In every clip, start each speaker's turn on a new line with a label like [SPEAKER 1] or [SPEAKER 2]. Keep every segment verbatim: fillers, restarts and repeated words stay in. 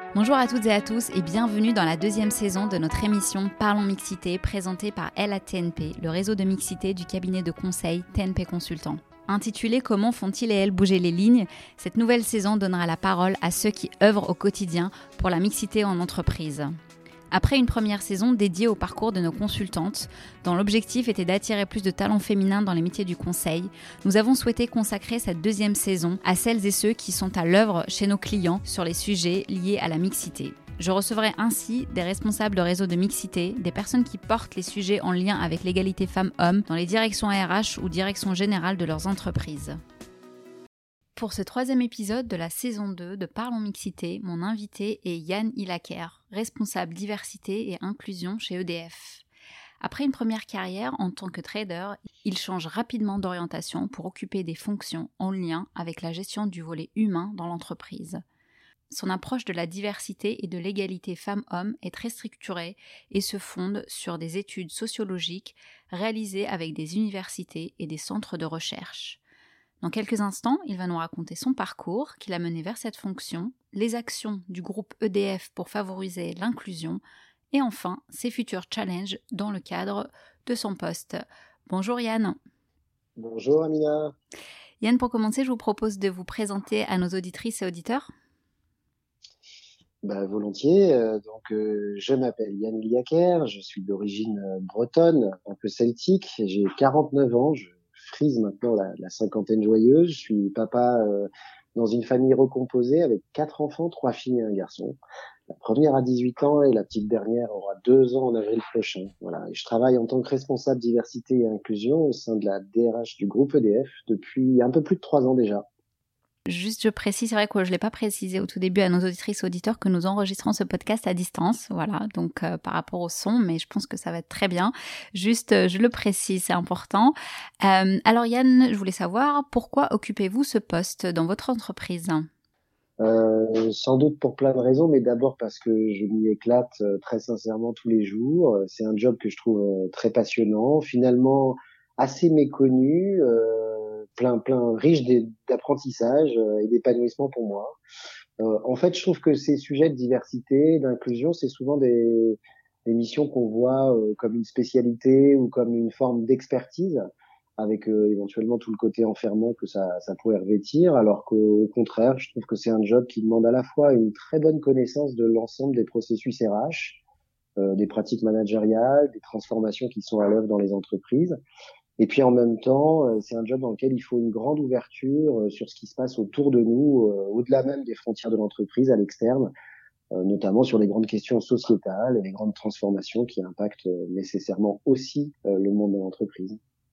[SPEAKER 1] Bonjour à toutes et à tous et bienvenue dans la deuxième saison de notre émission Parlons Mixité présentée par L A T N P, le réseau de mixité du cabinet de conseil T N P Consultant. Intitulée Comment font-ils et elles bouger les lignes, cette nouvelle saison donnera la parole à ceux qui œuvrent au quotidien pour la mixité en entreprise. Après une première saison dédiée au parcours de nos consultantes, dont l'objectif était d'attirer plus de talents féminins dans les métiers du conseil, nous avons souhaité consacrer cette deuxième saison à celles et ceux qui sont à l'œuvre chez nos clients sur les sujets liés à la mixité. Je recevrai ainsi des responsables de réseaux de mixité, des personnes qui portent les sujets en lien avec l'égalité femmes-hommes dans les directions R H ou directions générales de leurs entreprises. Pour ce troisième épisode de la saison deux de Parlons Mixité, mon invité est Yann Hilaker, responsable diversité et inclusion chez E D F. Après une première carrière en tant que trader, il change rapidement d'orientation pour occuper des fonctions en lien avec la gestion du volet humain dans l'entreprise. Son approche de la diversité et de l'égalité femmes-hommes est très structurée et se fonde sur des études sociologiques réalisées avec des universités et des centres de recherche. Dans quelques instants, il va nous raconter son parcours qui l'a mené vers cette fonction, les actions du groupe E D F pour favoriser l'inclusion et enfin ses futurs challenges dans le cadre de son poste. Bonjour Yann.
[SPEAKER 2] Bonjour Amina.
[SPEAKER 1] Yann, pour commencer, je vous propose de vous présenter à nos auditrices et auditeurs.
[SPEAKER 2] Bah, volontiers. Euh, donc, euh, je m'appelle Yann Hilaker, je suis d'origine euh, bretonne, un peu celtique. J'ai quarante-neuf ans, je frise maintenant la, la cinquantaine joyeuse. Je suis papa euh, dans une famille recomposée avec quatre enfants, trois filles et un garçon. La première a dix-huit ans et la petite dernière aura deux ans en avril prochain. Voilà. Et je travaille en tant que responsable diversité et inclusion au sein de la D R H du groupe E D F depuis un peu plus de trois ans déjà.
[SPEAKER 1] Juste, je précise, c'est vrai que je ne l'ai pas précisé au tout début à nos auditrices et auditeurs que nous enregistrons ce podcast à distance, voilà, donc euh, par rapport au son, mais je pense que ça va être très bien. Juste, euh, je le précise, c'est important. Euh, alors Yann, je voulais savoir, pourquoi occupez-vous ce poste dans votre entreprise ?
[SPEAKER 2] Euh, sans doute pour plein de raisons, mais d'abord parce que je m'y éclate euh, très sincèrement tous les jours. Euh, C'est un job que je trouve euh, très passionnant, finalement assez méconnu, euh, plein, plein, riche d'é- d'apprentissage euh, et d'épanouissement pour moi. Euh, en fait, je trouve que ces sujets de diversité, d'inclusion, c'est souvent des, des missions qu'on voit euh, comme une spécialité ou comme une forme d'expertise, avec euh, éventuellement tout le côté enfermant que ça, ça pourrait revêtir, alors qu'au contraire, je trouve que c'est un job qui demande à la fois une très bonne connaissance de l'ensemble des processus R H, euh, des pratiques managériales, des transformations qui sont à l'œuvre dans les entreprises. Et puis en même temps, euh, c'est un job dans lequel il faut une grande ouverture euh, sur ce qui se passe autour de nous, euh, au-delà même des frontières de l'entreprise, à l'externe, euh, notamment sur les grandes questions sociétales et les grandes transformations qui impactent euh, nécessairement aussi euh, le monde de l'entreprise.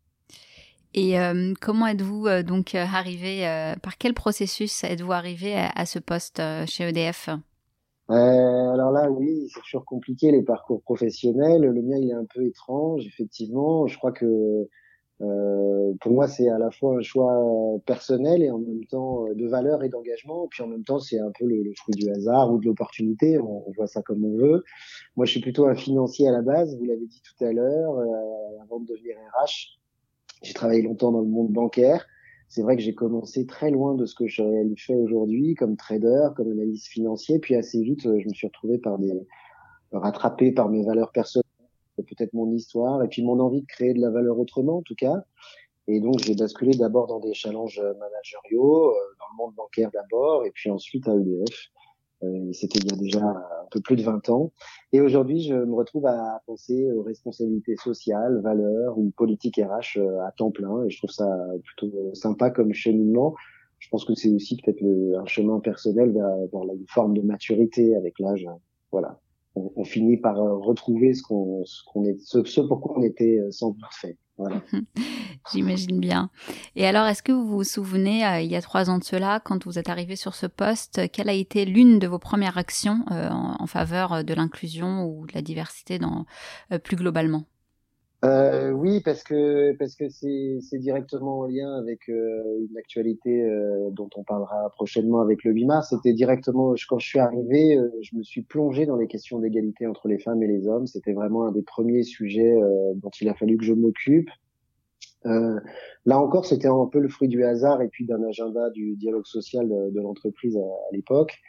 [SPEAKER 1] Et euh, comment êtes-vous euh, donc euh, arrivé, euh, par quel processus êtes-vous arrivé à, à ce poste euh, chez E D F ?
[SPEAKER 2] Euh, alors là, oui, c'est toujours compliqué les parcours professionnels. Le mien, il est un peu étrange, effectivement. Je crois que Euh, pour moi, c'est à la fois un choix euh, personnel et en même temps euh, de valeur et d'engagement. Puis en même temps, c'est un peu le, le fruit du hasard ou de l'opportunité. On, on voit ça comme on veut. Moi, je suis plutôt un financier à la base. Vous l'avez dit tout à l'heure. Euh, avant de devenir R H, j'ai travaillé longtemps dans le monde bancaire. C'est vrai que j'ai commencé très loin de ce que je fais aujourd'hui, comme trader, comme analyste financier. Puis assez vite, euh, je me suis retrouvé par des rattrapé par mes valeurs personnelles, peut-être mon histoire, et puis mon envie de créer de la valeur autrement, en tout cas. Et donc, j'ai basculé d'abord dans des challenges managériaux, euh, dans le monde bancaire d'abord, et puis ensuite à E D F. Euh, C'était il y a déjà un peu plus de vingt ans. Et aujourd'hui, je me retrouve à penser aux responsabilités sociales, valeurs ou politique R H euh, à temps plein. Et je trouve ça plutôt sympa comme cheminement. Je pense que c'est aussi peut-être le, un chemin personnel vers, vers une forme de maturité avec l'âge. Voilà. On, on finit par euh, retrouver ce qu'on, ce qu'on est, ce, ce pourquoi on était euh, sans doute fait. Voilà.
[SPEAKER 1] J'imagine bien. Et alors, est-ce que vous vous souvenez, euh, il y a trois ans de cela, quand vous êtes arrivé sur ce poste, quelle a été l'une de vos premières actions euh, en, en faveur de l'inclusion ou de la diversité dans, euh, plus globalement ?
[SPEAKER 2] Euh, oui, parce que parce que c'est c'est directement en lien avec euh, une actualité euh, dont on parlera prochainement avec le huit mars. C'était directement je- quand je suis arrivé, euh, je me suis plongé dans les questions d'égalité entre les femmes et les hommes. C'était vraiment un des premiers sujets euh, dont il a fallu que je m'occupe. Euh, Là encore, c'était un peu le fruit du hasard et puis d'un agenda du dialogue social de, de l'entreprise à, à l'époque.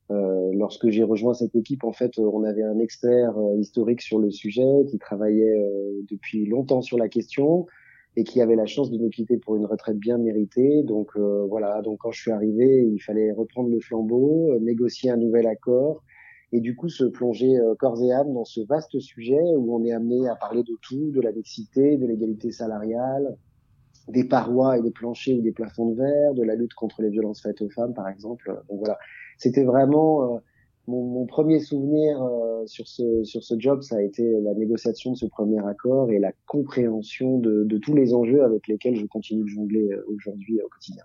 [SPEAKER 2] Euh, lorsque j'ai rejoint cette équipe, en fait, on avait un expert euh, historique sur le sujet qui travaillait euh, depuis longtemps sur la question et qui avait la chance de nous quitter pour une retraite bien méritée. Donc euh, voilà, donc quand je suis arrivé, il fallait reprendre le flambeau, euh, négocier un nouvel accord et du coup se plonger euh, corps et âme dans ce vaste sujet où on est amené à parler de tout, de la mixité, de l'égalité salariale, des parois et des planchers ou des plafonds de verre, de la lutte contre les violences faites aux femmes, par exemple. Donc voilà, c'était vraiment euh, mon, mon premier souvenir euh, sur ce sur ce job, ça a été la négociation de ce premier accord et la compréhension de, de tous les enjeux avec lesquels je continue de jongler euh, aujourd'hui au quotidien.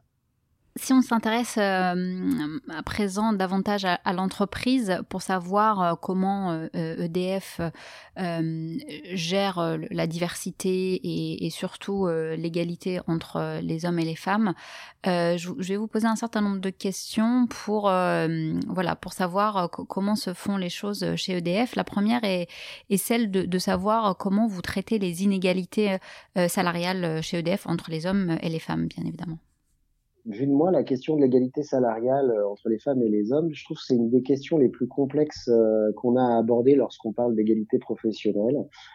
[SPEAKER 1] Si on s'intéresse euh, à présent davantage à, à l'entreprise pour savoir euh, comment euh, E D F euh, gère euh, la diversité et, et surtout euh, l'égalité entre les hommes et les femmes, euh, je, je vais vous poser un certain nombre de questions pour, euh, voilà, pour savoir euh, comment se font les choses chez E D F. La première est, est celle de, de savoir comment vous traitez les inégalités euh, salariales chez E D F entre les hommes et les femmes, bien évidemment.
[SPEAKER 2] Vu de moi, la question de l'égalité salariale euh, entre les femmes et les hommes, je trouve que c'est une des questions les plus complexes euh, qu'on a à aborder lorsqu'on parle d'égalité professionnelle,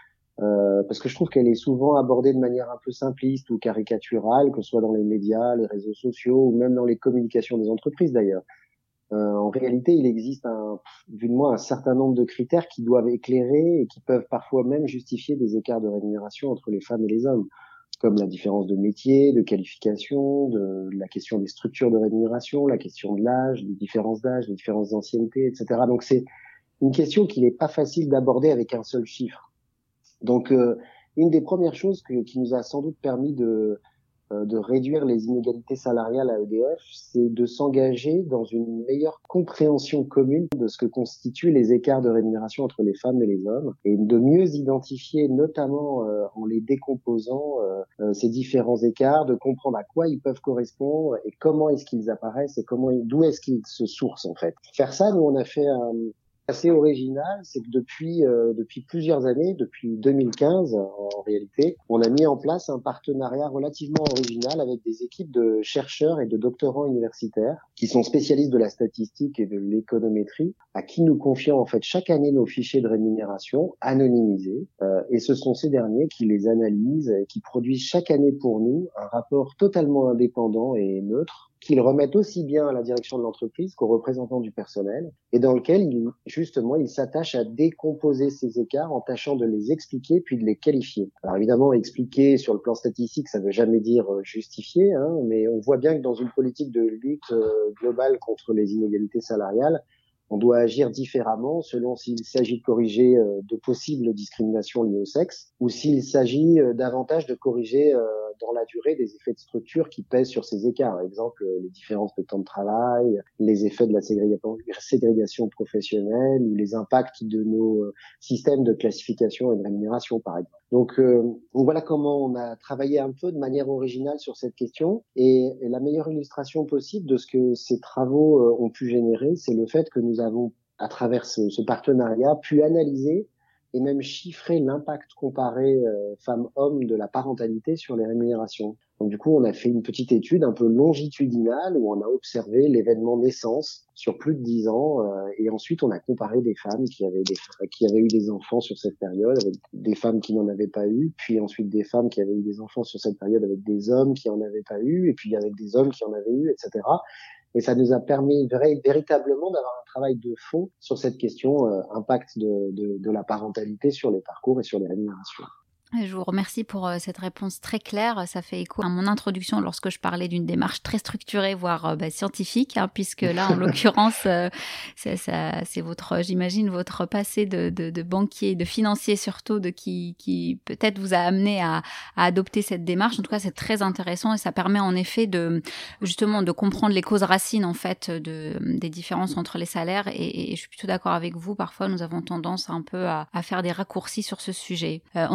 [SPEAKER 2] euh, parce que je trouve qu'elle est souvent abordée de manière un peu simpliste ou caricaturale, que ce soit dans les médias, les réseaux sociaux ou même dans les communications des entreprises d'ailleurs. Euh, en réalité, il existe, un, vu de moi, un certain nombre de critères qui doivent éclairer et qui peuvent parfois même justifier des écarts de rémunération entre les femmes et les hommes, comme la différence de métier, de qualification, de la question des structures de rémunération, la question de l'âge, des différences d'âge, des différences d'ancienneté, et cetera. Donc c'est une question qu'il n'est pas facile d'aborder avec un seul chiffre. Donc euh, une des premières choses que, qui nous a sans doute permis de de réduire les inégalités salariales à E D F, c'est de s'engager dans une meilleure compréhension commune de ce que constituent les écarts de rémunération entre les femmes et les hommes, et de mieux identifier, notamment euh, en les décomposant, euh, ces différents écarts, de comprendre à quoi ils peuvent correspondre et comment est-ce qu'ils apparaissent et comment, d'où est-ce qu'ils se sourcent en fait. Pour faire ça, nous on a fait un assez original, c'est que depuis euh, depuis plusieurs années, depuis deux mille quinze en, en réalité, on a mis en place un partenariat relativement original avec des équipes de chercheurs et de doctorants universitaires qui sont spécialistes de la statistique et de l'économétrie, à qui nous confions en fait chaque année nos fichiers de rémunération anonymisés, euh, et ce sont ces derniers qui les analysent et qui produisent chaque année pour nous un rapport totalement indépendant et neutre qu'ils remettent aussi bien à la direction de l'entreprise qu'aux représentants du personnel, et dans lequel, ils, justement, ils s'attachent à décomposer ces écarts en tâchant de les expliquer puis de les qualifier. Alors évidemment, expliquer sur le plan statistique, ça ne veut jamais dire justifier, hein, mais on voit bien que dans une politique de lutte euh, globale contre les inégalités salariales, on doit agir différemment selon s'il s'agit de corriger euh, de possibles discriminations liées au sexe ou s'il s'agit euh, davantage de corriger euh, dans la durée des effets de structure qui pèsent sur ces écarts. Par exemple, les différences de temps de travail, les effets de la ségrégation, ségrégation professionnelle ou les impacts de nos euh, systèmes de classification et de rémunération, par exemple. Donc, euh, donc voilà comment on a travaillé un peu de manière originale sur cette question. Et, et la meilleure illustration possible de ce que ces travaux euh, ont pu générer, c'est le fait que nous avons, à travers ce, ce partenariat, pu analyser et même chiffrer l'impact comparé euh, femmes-hommes de la parentalité sur les rémunérations. Donc du coup, on a fait une petite étude un peu longitudinale où on a observé l'événement naissance sur plus de dix ans, euh, et ensuite on a comparé des femmes qui avaient des qui avaient eu des enfants sur cette période avec des femmes qui n'en avaient pas eu, puis ensuite des femmes qui avaient eu des enfants sur cette période avec des hommes qui en avaient pas eu, et puis avec des hommes qui en avaient eu, et cetera. Et ça nous a permis vrai, véritablement d'avoir un travail de fond sur cette question euh, impact de, de, de la parentalité sur les parcours et sur les rémunérations.
[SPEAKER 1] Je vous remercie pour cette réponse très claire. Ça fait écho à mon introduction lorsque je parlais d'une démarche très structurée, voire bah, scientifique, hein, puisque là, en l'occurrence, euh, c'est, ça, c'est votre, j'imagine, votre passé de, de, de banquier, de financier surtout, de qui, qui peut-être vous a amené à, à adopter cette démarche. En tout cas, c'est très intéressant et ça permet en effet de justement de comprendre les causes racines en fait de des différences entre les salaires. Et, et je suis plutôt d'accord avec vous. Parfois, nous avons tendance un peu à, à faire des raccourcis sur ce sujet. Euh, en tout cas,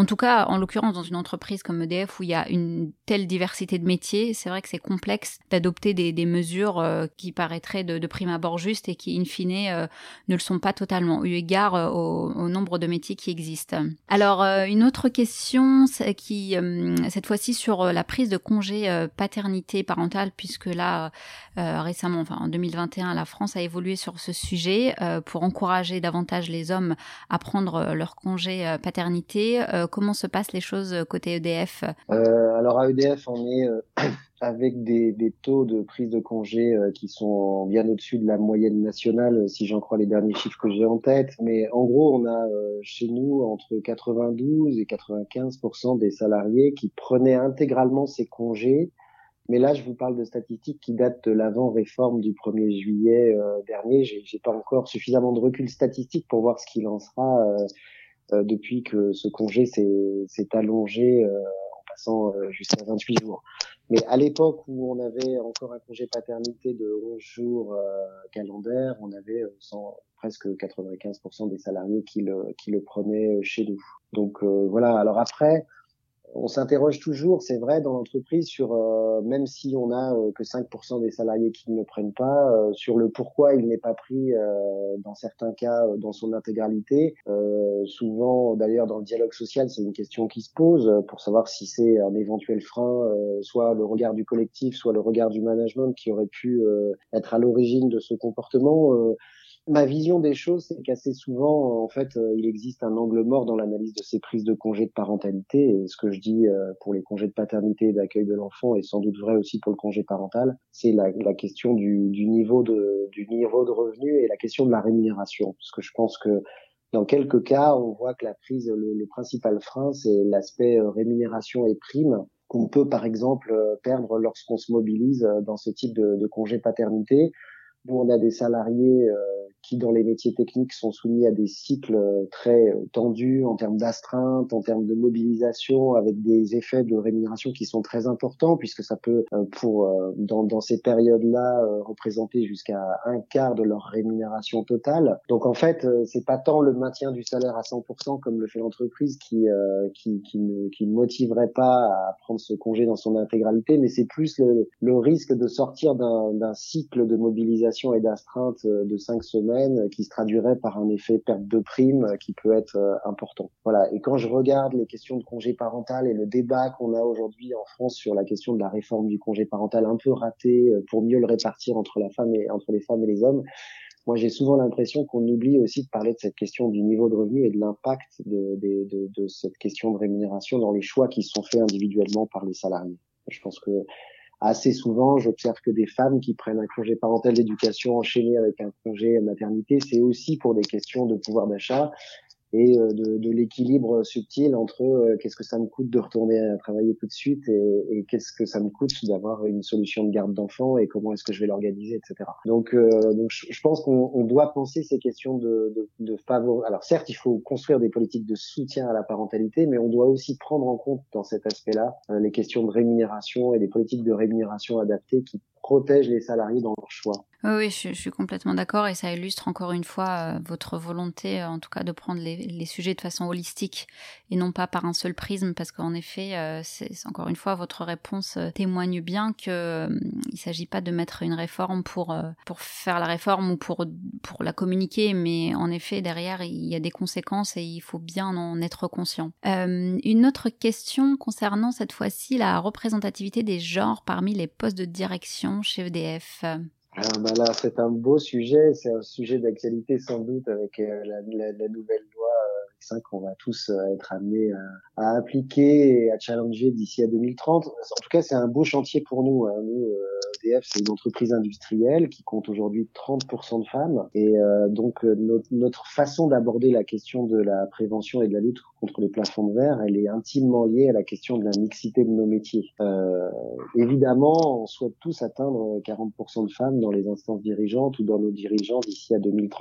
[SPEAKER 1] en l'occurrence dans une entreprise comme E D F où il y a une telle diversité de métiers, c'est vrai que c'est complexe d'adopter des, des mesures euh, qui paraîtraient de, de prime abord justes et qui, in fine, euh, ne le sont pas totalement, eu égard euh, au, au nombre de métiers qui existent. Alors, euh, une autre question qui, euh, cette fois-ci, sur la prise de congé euh, paternité parentale, puisque là, euh, récemment, enfin en deux mille vingt et un, la France a évolué sur ce sujet euh, pour encourager davantage les hommes à prendre leur congé euh, paternité. Euh, comment se passent les choses côté E D F?
[SPEAKER 2] euh, Alors à E D F, on est euh, avec des, des taux de prise de congé euh, qui sont bien au-dessus de la moyenne nationale, euh, si j'en crois les derniers chiffres que j'ai en tête. Mais en gros, on a euh, chez nous entre quatre-vingt-douze et quatre-vingt-quinze pour cent des salariés qui prenaient intégralement ces congés. Mais là, je vous parle de statistiques qui datent de l'avant-réforme du premier juillet euh, dernier. J'ai, j'ai pas encore suffisamment de recul statistique pour voir ce qu'il en sera euh, euh, depuis que ce congé s'est, s'est allongé euh, en passant euh, jusqu'à vingt-huit jours. Mais à l'époque où on avait encore un congé paternité de onze jours euh, calendaires, on avait euh, cent, presque quatre-vingt-quinze pour cent des salariés qui le, qui le prenaient chez nous. Donc euh, voilà. Alors après, on s'interroge toujours, c'est vrai, dans l'entreprise sur, euh, même si on a euh, que cinq pour cent des salariés qui ne le prennent pas, euh, sur le pourquoi il n'est pas pris euh, dans certains cas euh, dans son intégralité. Euh, souvent, d'ailleurs, dans le dialogue social, c'est une question qui se pose euh, pour savoir si c'est un éventuel frein, euh, soit le regard du collectif, soit le regard du management qui aurait pu euh, être à l'origine de ce comportement. Euh, Ma vision des choses, c'est qu'assez souvent, en fait, euh, il existe un angle mort dans l'analyse de ces prises de congés de parentalité. Et ce que je dis euh, pour les congés de paternité et d'accueil de l'enfant est sans doute vrai aussi pour le congé parental. C'est la, la question du, du niveau de du niveau de revenu et la question de la rémunération. Parce que je pense que dans quelques cas, on voit que la prise, le, le principal frein, c'est l'aspect euh, rémunération et prime qu'on peut, par exemple, euh, perdre lorsqu'on se mobilise euh, dans ce type de, de congé paternité. Nous, on a des salariés euh, qui, dans les métiers techniques, sont soumis à des cycles euh, très euh, tendus en termes d'astreinte, en termes de mobilisation, avec des effets de rémunération qui sont très importants, puisque ça peut, euh, pour euh, dans, dans ces périodes-là, euh, représenter jusqu'à un quart de leur rémunération totale. Donc, en fait, euh, c'est pas tant le maintien du salaire à cent pour cent comme le fait l'entreprise qui euh, qui, qui ne qui ne motiverait pas à prendre ce congé dans son intégralité, mais c'est plus le, le risque de sortir d'un, d'un cycle de mobilisation et d'astreinte de cinq semaines qui se traduirait par un effet perte de prime qui peut être important. Voilà. Et quand je regarde les questions de congé parental et le débat qu'on a aujourd'hui en France sur la question de la réforme du congé parental un peu raté pour mieux le répartir entre la femme et entre les femmes et les hommes, moi j'ai souvent l'impression qu'on oublie aussi de parler de cette question du niveau de revenu et de l'impact de, de, de, de cette question de rémunération dans les choix qui sont faits individuellement par les salariés. Je pense que assez souvent, j'observe que des femmes qui prennent un congé parental d'éducation enchaîné avec un congé maternité, c'est aussi pour des questions de pouvoir d'achat et euh, de, de l'équilibre subtil entre euh, qu'est-ce que ça me coûte de retourner à travailler tout de suite et, et qu'est-ce que ça me coûte d'avoir une solution de garde d'enfant et comment est-ce que je vais l'organiser, et cetera. Donc, euh, donc je, je pense qu'on on doit penser ces questions de, de, de favor. Alors certes, il faut construire des politiques de soutien à la parentalité, mais on doit aussi prendre en compte dans cet aspect-là euh, les questions de rémunération et des politiques de rémunération adaptées qui protègent les salariés dans leur choix.
[SPEAKER 1] Oui, oui, je, je suis complètement d'accord et ça illustre encore une fois euh, votre volonté, euh, en tout cas, de prendre les, les sujets de façon holistique et non pas par un seul prisme, parce qu'en effet, euh, c'est, c'est encore une fois, votre réponse euh, témoigne bien qu'il euh, ne s'agit pas de mettre une réforme pour, euh, pour faire la réforme ou pour, pour la communiquer, mais en effet, derrière, il y a des conséquences et il faut bien en être conscient. Euh, une autre question concernant cette fois-ci la représentativité des genres parmi les postes de direction chez E D F.
[SPEAKER 2] Alors bah là, c'est un beau sujet, c'est un sujet d'actualité sans doute avec euh, la, la, la nouvelle loi euh, X cinq qu'on va tous euh, être amenés à, à appliquer et à challenger d'ici à deux mille trente. En tout cas, c'est un beau chantier pour nous. Hein. Nous, euh, E D F, c'est une entreprise industrielle qui compte aujourd'hui trente pour cent de femmes et euh, donc euh, notre, notre façon d'aborder la question de la prévention et de la lutte contre les plafonds de verre, elle est intimement liée à la question de la mixité de nos métiers. Euh, évidemment, on souhaite tous atteindre quarante pour cent de femmes dans les instances dirigeantes ou dans nos dirigeants d'ici à deux mille trente.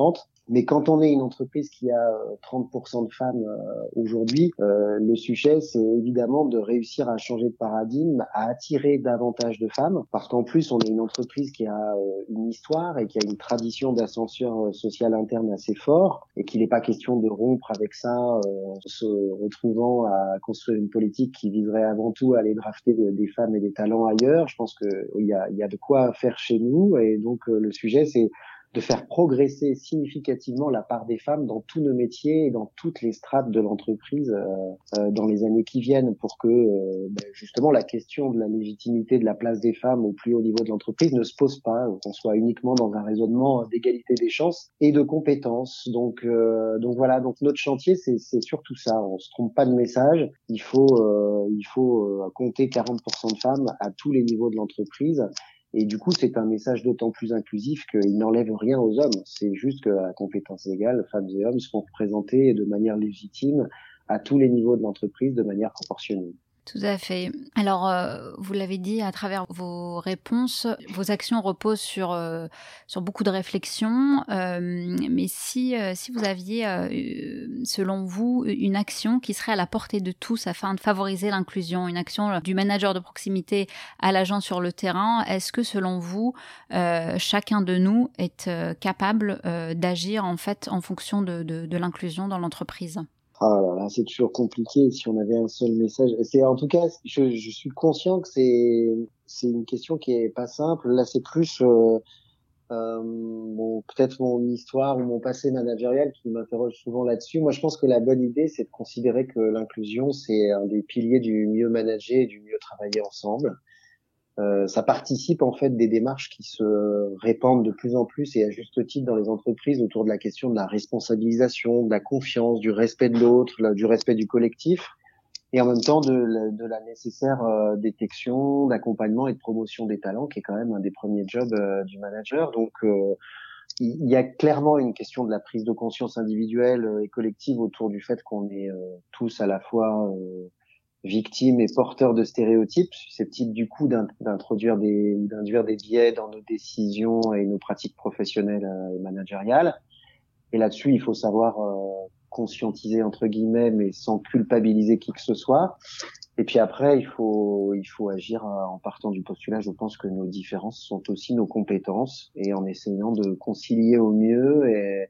[SPEAKER 2] Mais quand on est une entreprise qui a trente pour cent de femmes euh, aujourd'hui, euh, le sujet, c'est évidemment de réussir à changer de paradigme, à attirer davantage de femmes, parce qu'en plus, on est une entreprise qui a euh, une histoire et qui a une tradition d'ascenseur social interne assez fort, et qu'il n'est pas question de rompre avec ça euh, en se retrouvant à construire une politique qui viserait avant tout à aller drafter des, des femmes et des talents ailleurs. Je pense qu'il y a, il y a de quoi faire chez nous, et donc euh, le sujet, c'est de faire progresser significativement la part des femmes dans tous nos métiers et dans toutes les strates de l'entreprise euh, euh, dans les années qui viennent, pour que euh, ben, justement la question de la légitimité de la place des femmes au plus haut niveau de l'entreprise ne se pose pas, qu'on soit uniquement dans un raisonnement d'égalité des chances et de compétences. Donc, euh, donc voilà, donc notre chantier, c'est, c'est surtout ça. On se trompe pas de message. Il faut, euh, il faut euh, compter quarante pour cent de femmes à tous les niveaux de l'entreprise. Et du coup, c'est un message d'autant plus inclusif qu'il n'enlève rien aux hommes. C'est juste qu'à compétences égales, femmes et hommes seront représentés de manière légitime à tous les niveaux de l'entreprise de manière proportionnée.
[SPEAKER 1] Tout à fait. Alors, euh, vous l'avez dit à travers vos réponses, vos actions reposent sur euh, sur beaucoup de réflexions. Euh, mais si euh, si vous aviez, euh, selon vous, une action qui serait à la portée de tous afin de favoriser l'inclusion, une action du manager de proximité à l'agent sur le terrain, est-ce que selon vous, euh, chacun de nous est euh, capable euh, d'agir en fait en fonction de de, de l'inclusion dans l'entreprise ?
[SPEAKER 2] Ah là là, c'est toujours compliqué si on avait un seul message. C'est en tout cas, je, je suis conscient que c'est c'est une question qui est pas simple. Là, c'est plus euh, euh, mon, peut-être mon histoire ou mon passé managérial qui m'interroge souvent là-dessus. Moi, je pense que la bonne idée, c'est de considérer que l'inclusion, c'est un des piliers du mieux manager et du mieux travailler ensemble. Euh, ça participe en fait des démarches qui se répandent de plus en plus et à juste titre dans les entreprises autour de la question de la responsabilisation, de la confiance, du respect de l'autre, du respect du collectif, et en même temps de la, de la nécessaire euh, détection, d'accompagnement et de promotion des talents, qui est quand même un des premiers jobs euh, du manager. Donc euh, il y a clairement une question de la prise de conscience individuelle et collective autour du fait qu'on est euh, tous à la fois euh, victimes et porteurs de stéréotypes susceptibles du coup d'introduire des d'induire des biais dans nos décisions et nos pratiques professionnelles et managériales. Et là-dessus, il faut savoir euh, conscientiser entre guillemets, mais sans culpabiliser qui que ce soit. Et puis après, il faut il faut agir euh, en partant du postulat. Je pense que nos différences sont aussi nos compétences, et en essayant de concilier au mieux et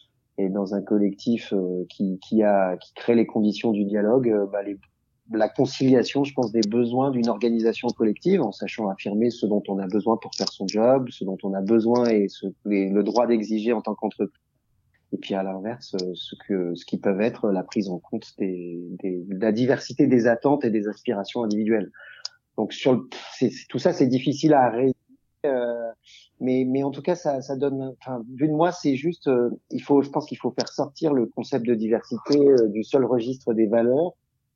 [SPEAKER 2] et dans un collectif euh, qui qui a qui crée les conditions du dialogue, euh, bah, les la conciliation, je pense, des besoins d'une organisation collective, en sachant affirmer ce dont on a besoin pour faire son job, ce dont on a besoin et, ce, et le droit d'exiger en tant qu'entreprise. Et puis à l'inverse, ce que ce qui peuvent être la prise en compte des, des de la diversité des attentes et des aspirations individuelles. Donc sur le, c'est, tout ça, c'est difficile à réaliser, euh, mais mais en tout cas, ça ça donne. Enfin, vu de moi, c'est juste, euh, il faut, je pense qu'il faut faire sortir le concept de diversité euh, du seul registre des valeurs,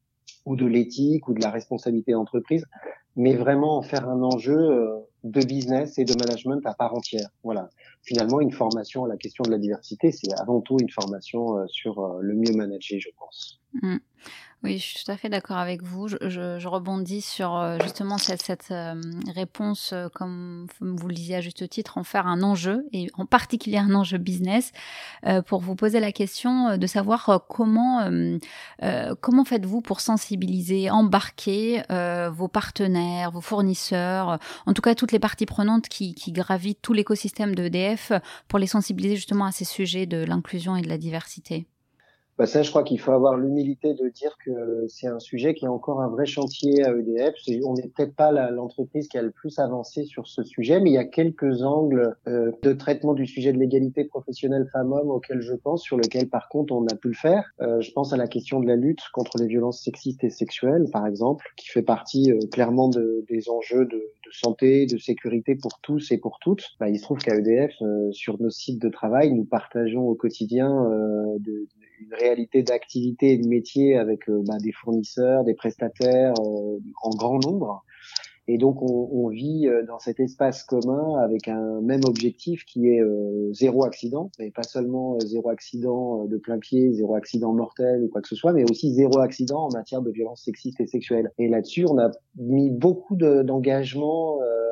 [SPEAKER 2] ou de l'éthique, ou de la responsabilité d'entreprise, mais vraiment en faire un enjeu euh, de business et de management à part entière. Voilà. Finalement, une formation à la question de la diversité, c'est avant tout une formation euh, sur euh, le mieux manager, je pense.
[SPEAKER 1] Mmh. Oui, je suis tout à fait d'accord avec vous. Je, je, je rebondis sur euh, justement cette, cette euh, réponse, euh, comme vous le disiez à juste titre, en faire un enjeu, et en particulier un enjeu business, euh, pour vous poser la question euh, de savoir euh, comment euh, euh, comment faites-vous pour sensibiliser, embarquer euh, vos partenaires, vos fournisseurs, euh, en tout cas toutes les parties prenantes qui, qui gravitent tout l'écosystème de E D F, pour les sensibiliser justement à ces sujets de l'inclusion et de la diversité.
[SPEAKER 2] Bah ça, je crois qu'il faut avoir l'humilité de dire que c'est un sujet qui est encore un vrai chantier à E D F. C'est, on n'est peut-être pas la, l'entreprise qui a le plus avancé sur ce sujet, mais il y a quelques angles euh, de traitement du sujet de l'égalité professionnelle femmes-hommes auxquels je pense, sur lesquels par contre on a pu le faire. Euh, je pense à la question de la lutte contre les violences sexistes et sexuelles, par exemple, qui fait partie euh, clairement de, des enjeux de, de santé, de sécurité pour tous et pour toutes. Bah, il se trouve qu'à E D F, euh, sur nos sites de travail, nous partageons au quotidien euh, de, de une réalité d'activité et de métier avec euh, bah, des fournisseurs, des prestataires euh, en grand nombre. Et donc, on, on vit euh, dans cet espace commun avec un même objectif qui est euh, zéro accident, mais pas seulement euh, zéro accident de plein pied, zéro accident mortel ou quoi que ce soit, mais aussi zéro accident en matière de violences sexistes et sexuelles. Et là-dessus, on a mis beaucoup de, d'engagement euh,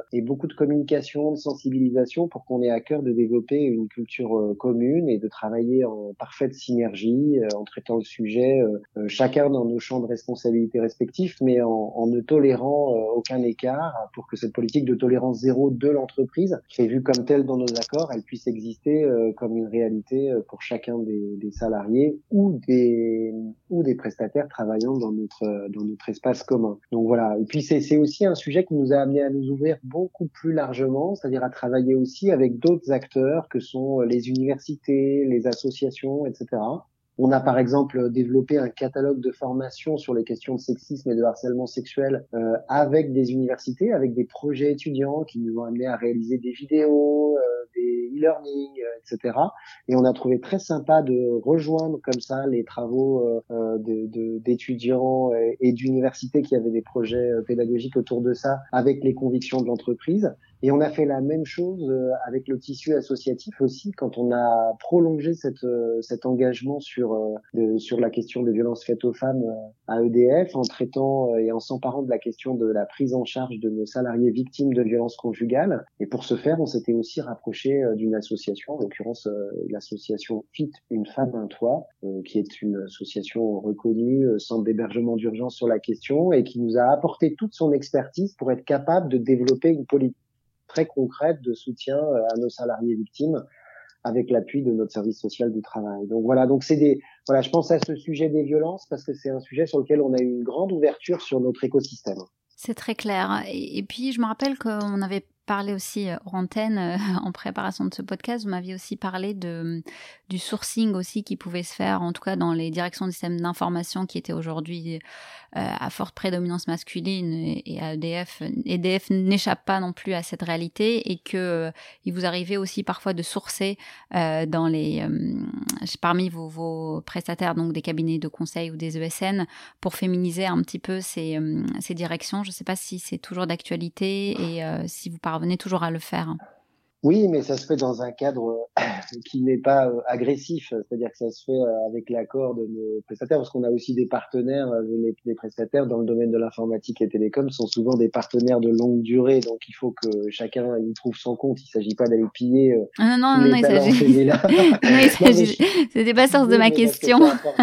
[SPEAKER 2] et beaucoup de communication, de sensibilisation pour qu'on ait à cœur de développer une culture euh, commune et de travailler en parfaite synergie, euh, en traitant le sujet euh, chacun dans nos champs de responsabilité respectifs, mais en, en ne tolérant euh, aucun écart pour que cette politique de tolérance zéro de l'entreprise, qui est vue comme telle dans nos accords, elle puisse exister euh, comme une réalité euh, pour chacun des, des salariés ou des ou des prestataires travaillant dans notre dans notre espace commun. Donc voilà. Et puis c'est c'est aussi un sujet qui nous a amené à nous ouvrir beaucoup plus largement, c'est-à-dire à travailler aussi avec d'autres acteurs que sont les universités, les associations, et cetera. On a par exemple développé un catalogue de formation sur les questions de sexisme et de harcèlement sexuel euh, avec des universités, avec des projets étudiants qui nous ont amené à réaliser des vidéos, euh, des e-learning, euh, et cetera. Et on a trouvé très sympa de rejoindre comme ça les travaux euh, de, de, d'étudiants et, et d'universités qui avaient des projets pédagogiques autour de ça avec les convictions de l'entreprise. Et on a fait la même chose avec le tissu associatif aussi, quand on a prolongé cette, cet engagement sur, de, sur la question des violences faites aux femmes à E D F, en traitant et en s'emparant de la question de la prise en charge de nos salariés victimes de violences conjugales. Et pour ce faire, on s'était aussi rapproché d'une association, en l'occurrence l'association F I T, Une femme, un toit, qui est une association reconnue, centre d'hébergement d'urgence sur la question, et qui nous a apporté toute son expertise pour être capable de développer une politique très concrète de soutien à nos salariés victimes avec l'appui de notre service social du travail. Donc voilà, donc c'est des voilà, je pense à ce sujet des violences parce que c'est un sujet sur lequel on a eu une grande ouverture sur notre écosystème.
[SPEAKER 1] C'est très clair. Et, et puis je me rappelle qu'on avait parlé aussi hors antenne euh, en préparation de ce podcast, vous m'aviez aussi parlé de du sourcing aussi qui pouvait se faire, en tout cas dans les directions du système d'information qui étaient aujourd'hui euh, à forte prédominance masculine, et, et à E D F, E D F n'échappe pas non plus à cette réalité, et que euh, il vous arrivait aussi parfois de sourcer euh, dans les euh, parmi vos, vos prestataires, donc des cabinets de conseil ou des E S N, pour féminiser un petit peu ces, euh, ces directions. Je ne sais pas si c'est toujours d'actualité et euh, si vous parvenez toujours à le faire.
[SPEAKER 2] Oui, mais ça se fait dans un cadre qui n'est pas euh, agressif, c'est-à-dire que ça se fait euh, avec l'accord de nos prestataires, parce qu'on a aussi des partenaires, euh, les, les prestataires dans le domaine de l'informatique et télécom sont souvent des partenaires de longue durée, donc il faut que chacun y trouve son compte. Il s'agit pas d'aller piller euh,
[SPEAKER 1] non, non,
[SPEAKER 2] tous
[SPEAKER 1] non,
[SPEAKER 2] les
[SPEAKER 1] non,
[SPEAKER 2] talents
[SPEAKER 1] il s'agit...
[SPEAKER 2] féminins.
[SPEAKER 1] non, il s'agit... je... C'était pas source de ma question.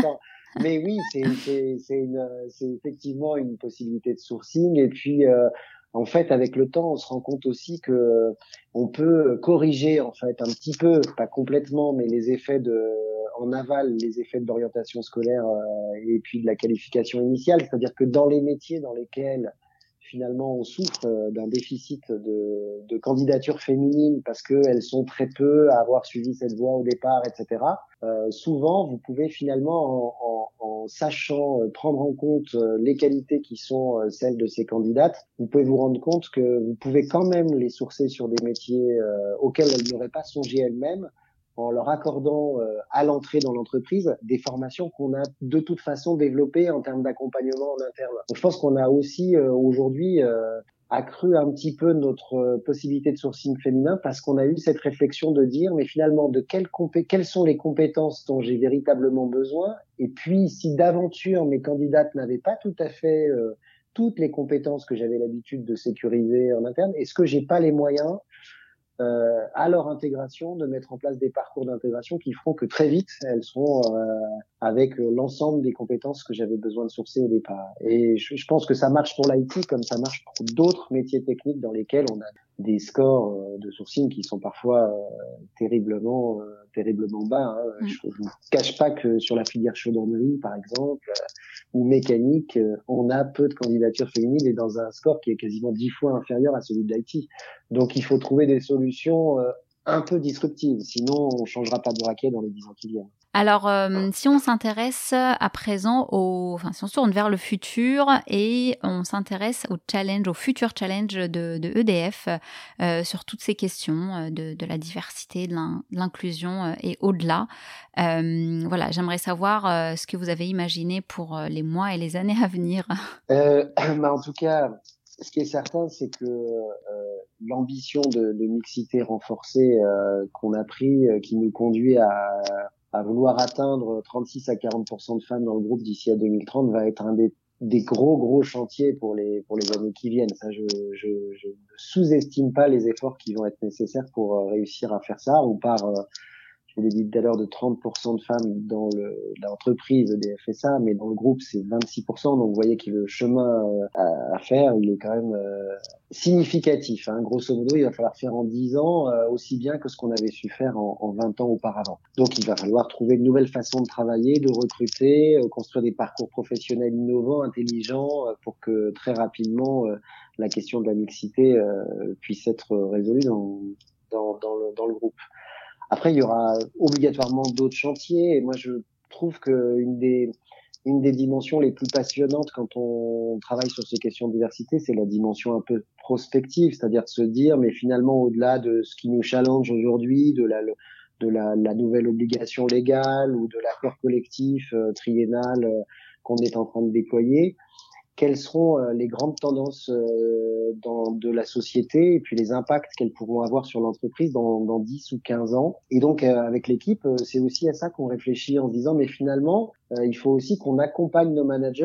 [SPEAKER 2] Mais oui, c'est, c'est, c'est, une, c'est effectivement une possibilité de sourcing, et puis euh, en fait, avec le temps, on se rend compte aussi que on peut corriger en fait un petit peu, pas complètement, mais les effets de en aval, les effets de l'orientation scolaire euh, et puis de la qualification initiale. C'est-à-dire que dans les métiers dans lesquels finalement on souffre euh, d'un déficit de, de candidatures féminines parce qu'elles sont très peu à avoir suivi cette voie au départ, et cetera. Euh, souvent, vous pouvez finalement, en, en, en sachant euh, prendre en compte euh, les qualités qui sont euh, celles de ces candidates, vous pouvez vous rendre compte que vous pouvez quand même les sourcer sur des métiers euh, auxquels elles n'auraient pas songé elles-mêmes, en leur accordant euh, à l'entrée dans l'entreprise des formations qu'on a de toute façon développées en termes d'accompagnement en interne. Donc, je pense qu'on a aussi euh, aujourd'hui euh, accru un petit peu notre euh, possibilité de sourcing féminin parce qu'on a eu cette réflexion de dire mais finalement de quelles, compé- quelles sont les compétences dont j'ai véritablement besoin, et puis si d'aventure mes candidates n'avaient pas tout à fait euh, toutes les compétences que j'avais l'habitude de sécuriser en interne, est-ce que j'ai pas les moyens Euh, à leur intégration, de mettre en place des parcours d'intégration qui feront que très vite, elles seront euh, avec l'ensemble des compétences que j'avais besoin de sourcer au départ. Et je, je pense que ça marche pour l'I T comme ça marche pour d'autres métiers techniques dans lesquels on a des scores euh, de sourcing qui sont parfois euh, terriblement, euh, terriblement bas. Hein. Mmh. Je ne vous cache pas que sur la filière chaudronnerie, par exemple, euh, ou mécanique, euh, on a peu de candidatures féminines et dans un score qui est quasiment dix fois inférieur à celui de l'I T. Donc, il faut trouver des solutions euh, un peu disruptives. Sinon, on ne changera pas de braquet dans les dix ans qui viennent.
[SPEAKER 1] Alors, euh, si on s'intéresse à présent, au, enfin, si on se tourne vers le futur et on s'intéresse au challenge, au futur challenge de, de E D F euh, sur toutes ces questions de, de la diversité, de, l'in, de l'inclusion euh, et au-delà. Euh, voilà, j'aimerais savoir euh, ce que vous avez imaginé pour les mois et les années à venir.
[SPEAKER 2] Euh, bah en tout cas, ce qui est certain, c'est que euh, l'ambition de, de mixité renforcée euh, qu'on a pris, euh, qui nous conduit à à vouloir atteindre trente-six à quarante pour cent de femmes dans le groupe d'ici à deux mille trente va être un des des gros gros chantiers pour les pour les années qui viennent. Ça, je je, je ne sous-estime pas les efforts qui vont être nécessaires pour euh, réussir à faire ça. On part, euh, je l'ai dit tout à l'heure, de trente pour cent de femmes dans le, l'entreprise D F S A, mais dans le groupe, c'est vingt-six pour cent. Donc, vous voyez que le chemin à, à faire, il est quand même euh, significatif. Hein. Grosso modo, il va falloir faire en dix ans euh, aussi bien que ce qu'on avait su faire en, en vingt ans auparavant. Donc, il va falloir trouver une nouvelle façon de travailler, de recruter, euh, construire des parcours professionnels innovants, intelligents, euh, pour que très rapidement, euh, la question de la mixité euh, puisse être résolue dans, dans, dans, le, dans le groupe. Après, il y aura obligatoirement d'autres chantiers. Et moi, je trouve que une des, une des dimensions les plus passionnantes quand on travaille sur ces questions de diversité, c'est la dimension un peu prospective, c'est-à-dire de se dire, mais finalement, au-delà de ce qui nous challenge aujourd'hui, de la, de la, la nouvelle obligation légale ou de l'accord collectif euh, triennal euh, qu'on est en train de déployer, quelles seront euh, les grandes tendances euh, dans, de la société et puis les impacts qu'elles pourront avoir sur l'entreprise dans, dans dix ou quinze ans. Et donc, euh, avec l'équipe, euh, c'est aussi à ça qu'on réfléchit en se disant, mais finalement, euh, il faut aussi qu'on accompagne nos managers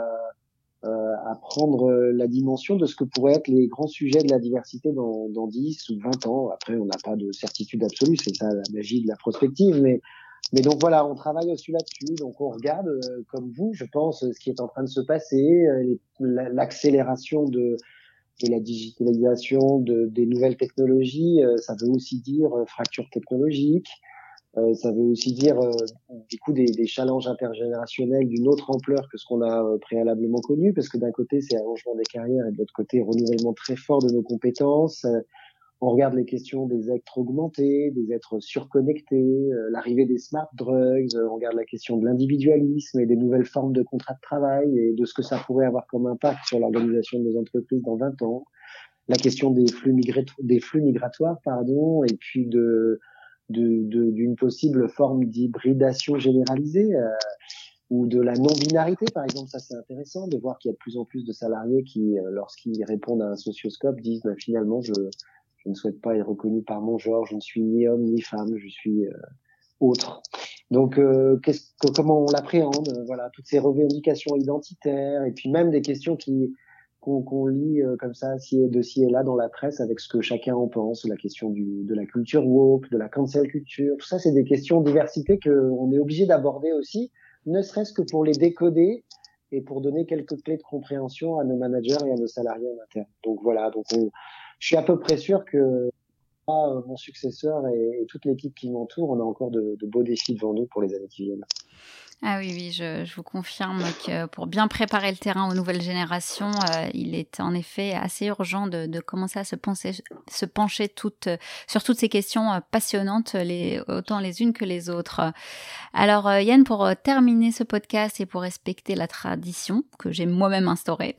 [SPEAKER 2] euh, euh, à prendre la dimension de ce que pourraient être les grands sujets de la diversité dans, dans dix ou vingt ans. Après, on n'a pas de certitude absolue, c'est ça la magie de la prospective, mais Mais donc voilà, on travaille aussi là-dessus. Donc on regarde, euh, comme vous, je pense, ce qui est en train de se passer, euh, les, l'accélération de, de la digitalisation, de, des nouvelles technologies. Euh, ça veut aussi dire euh, fracture technologique. Euh, ça veut aussi dire euh, du coup des, des challenges intergénérationnels d'une autre ampleur que ce qu'on a euh, préalablement connu, parce que d'un côté c'est allongement des carrières et de l'autre côté renouvellement très fort de nos compétences. Euh, On regarde les questions des êtres augmentés, des êtres surconnectés, euh, l'arrivée des smart drugs, euh, on regarde la question de l'individualisme et des nouvelles formes de contrats de travail et de ce que ça pourrait avoir comme impact sur l'organisation de nos entreprises dans vingt ans. La question des flux, migrato- des flux migratoires, pardon, et puis de, de, de, d'une possible forme d'hybridation généralisée euh, ou de la non-binarité, par exemple. Ça, c'est intéressant de voir qu'il y a de plus en plus de salariés qui, euh, lorsqu'ils répondent à un socioscope, disent bah, finalement, je Je ne souhaite pas être reconnu par mon genre. Je ne suis ni homme ni femme. Je suis euh, autre. Donc, euh, qu'est-ce, que, comment on l'appréhende euh, Voilà, toutes ces revendications identitaires et puis même des questions qui qu'on, qu'on lit euh, comme ça, ci et de ci et là dans la presse avec ce que chacun en pense. La question du, de la culture woke, de la cancel culture. Tout ça, c'est des questions de diversité qu'on est obligé d'aborder aussi, ne serait-ce que pour les décoder et pour donner quelques clés de compréhension à nos managers et à nos salariés en interne. Donc voilà, donc on, je suis à peu près sûr que ah, mon successeur et, et toute l'équipe qui m'entoure, on a encore de, de beaux défis devant nous pour les années qui viennent.
[SPEAKER 1] Ah oui, oui, je, je vous confirme que pour bien préparer le terrain aux nouvelles générations, euh, il est en effet assez urgent de, de commencer à se, penser, se pencher toutes, sur toutes ces questions passionnantes, les, autant les unes que les autres. Alors euh, Yann, pour terminer ce podcast et pour respecter la tradition que j'ai moi-même instaurée,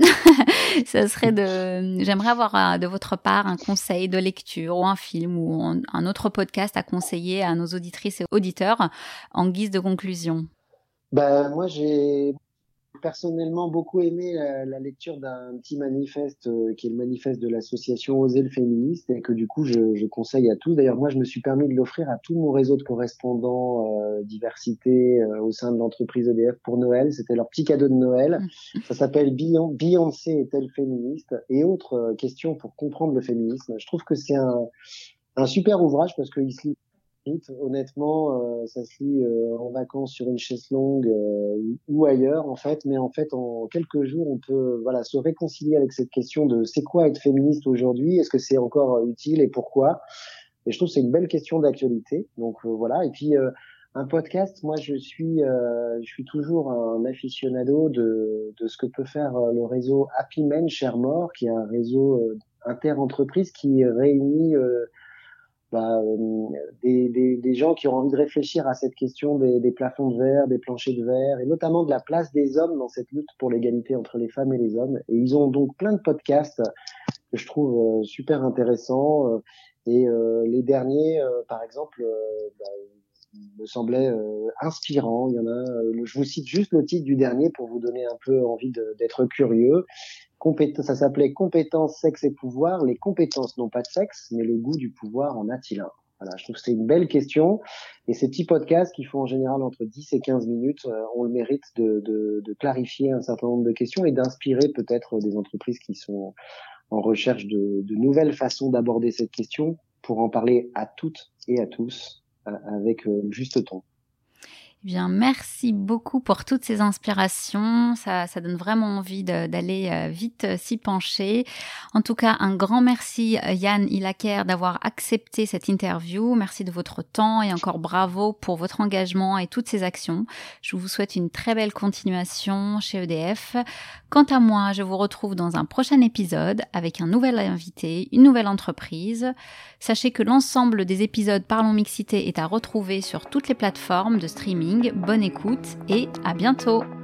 [SPEAKER 1] ça serait de, j'aimerais avoir de votre part un conseil de lecture ou un film ou un, un autre podcast à conseiller à nos auditrices et auditeurs en guise de conclusion.
[SPEAKER 2] Ben, moi, j'ai personnellement beaucoup aimé la, la lecture d'un petit manifeste euh, qui est le manifeste de l'association Oser le féministe et que du coup, je, je conseille à tous. D'ailleurs, moi, je me suis permis de l'offrir à tout mon réseau de correspondants euh, diversité euh, au sein de l'entreprise E D F pour Noël. C'était leur petit cadeau de Noël. Ça s'appelle Beyoncé est-elle féministe et autres euh, questions pour comprendre le féminisme. Je trouve que c'est un, un super ouvrage parce qu'il se lit honnêtement, euh, ça se lit euh, en vacances sur une chaise longue euh, ou ailleurs en fait, mais en fait en quelques jours on peut voilà se réconcilier avec cette question de c'est quoi être féministe aujourd'hui, est-ce que c'est encore euh, utile et pourquoi. Et je trouve que c'est une belle question d'actualité. Donc euh, voilà. Et puis euh, un podcast, moi je suis euh, je suis toujours un aficionado de de ce que peut faire euh, le réseau Happy Men Cher Mort, qui est un réseau euh, inter-entreprise qui réunit euh, bah, euh, des, des, des gens qui ont envie de réfléchir à cette question des, des plafonds de verre, des planchers de verre, et notamment de la place des hommes dans cette lutte pour l'égalité entre les femmes et les hommes. Et ils ont donc plein de podcasts que je trouve euh, super intéressants. Euh, et euh, les derniers, euh, par exemple, euh, bah, me semblaient euh, inspirants. Il y en a. Euh, je vous cite juste le titre du dernier pour vous donner un peu envie de, d'être curieux. Compét- ça s'appelait Compétences, sexe et pouvoir. Les compétences n'ont pas de sexe, mais le goût du pouvoir en a-t-il un? Voilà, je trouve que c'est une belle question. Et ces petits podcasts qui font en général entre dix et quinze minutes euh, ont le mérite de, de, de clarifier un certain nombre de questions et d'inspirer peut-être des entreprises qui sont en recherche de, de nouvelles façons d'aborder cette question pour en parler à toutes et à tous euh, avec euh, le juste ton.
[SPEAKER 1] Eh bien, merci beaucoup pour toutes ces inspirations. Ça, ça donne vraiment envie de, d'aller euh, vite euh, s'y pencher. En tout cas, un grand merci Yann Ilaker d'avoir accepté cette interview. Merci de votre temps et encore bravo pour votre engagement et toutes ces actions. Je vous souhaite une très belle continuation chez E D F. Quant à moi, je vous retrouve dans un prochain épisode avec un nouvel invité, une nouvelle entreprise. Sachez que l'ensemble des épisodes Parlons Mixité est à retrouver sur toutes les plateformes de streaming. Bonne écoute et à bientôt!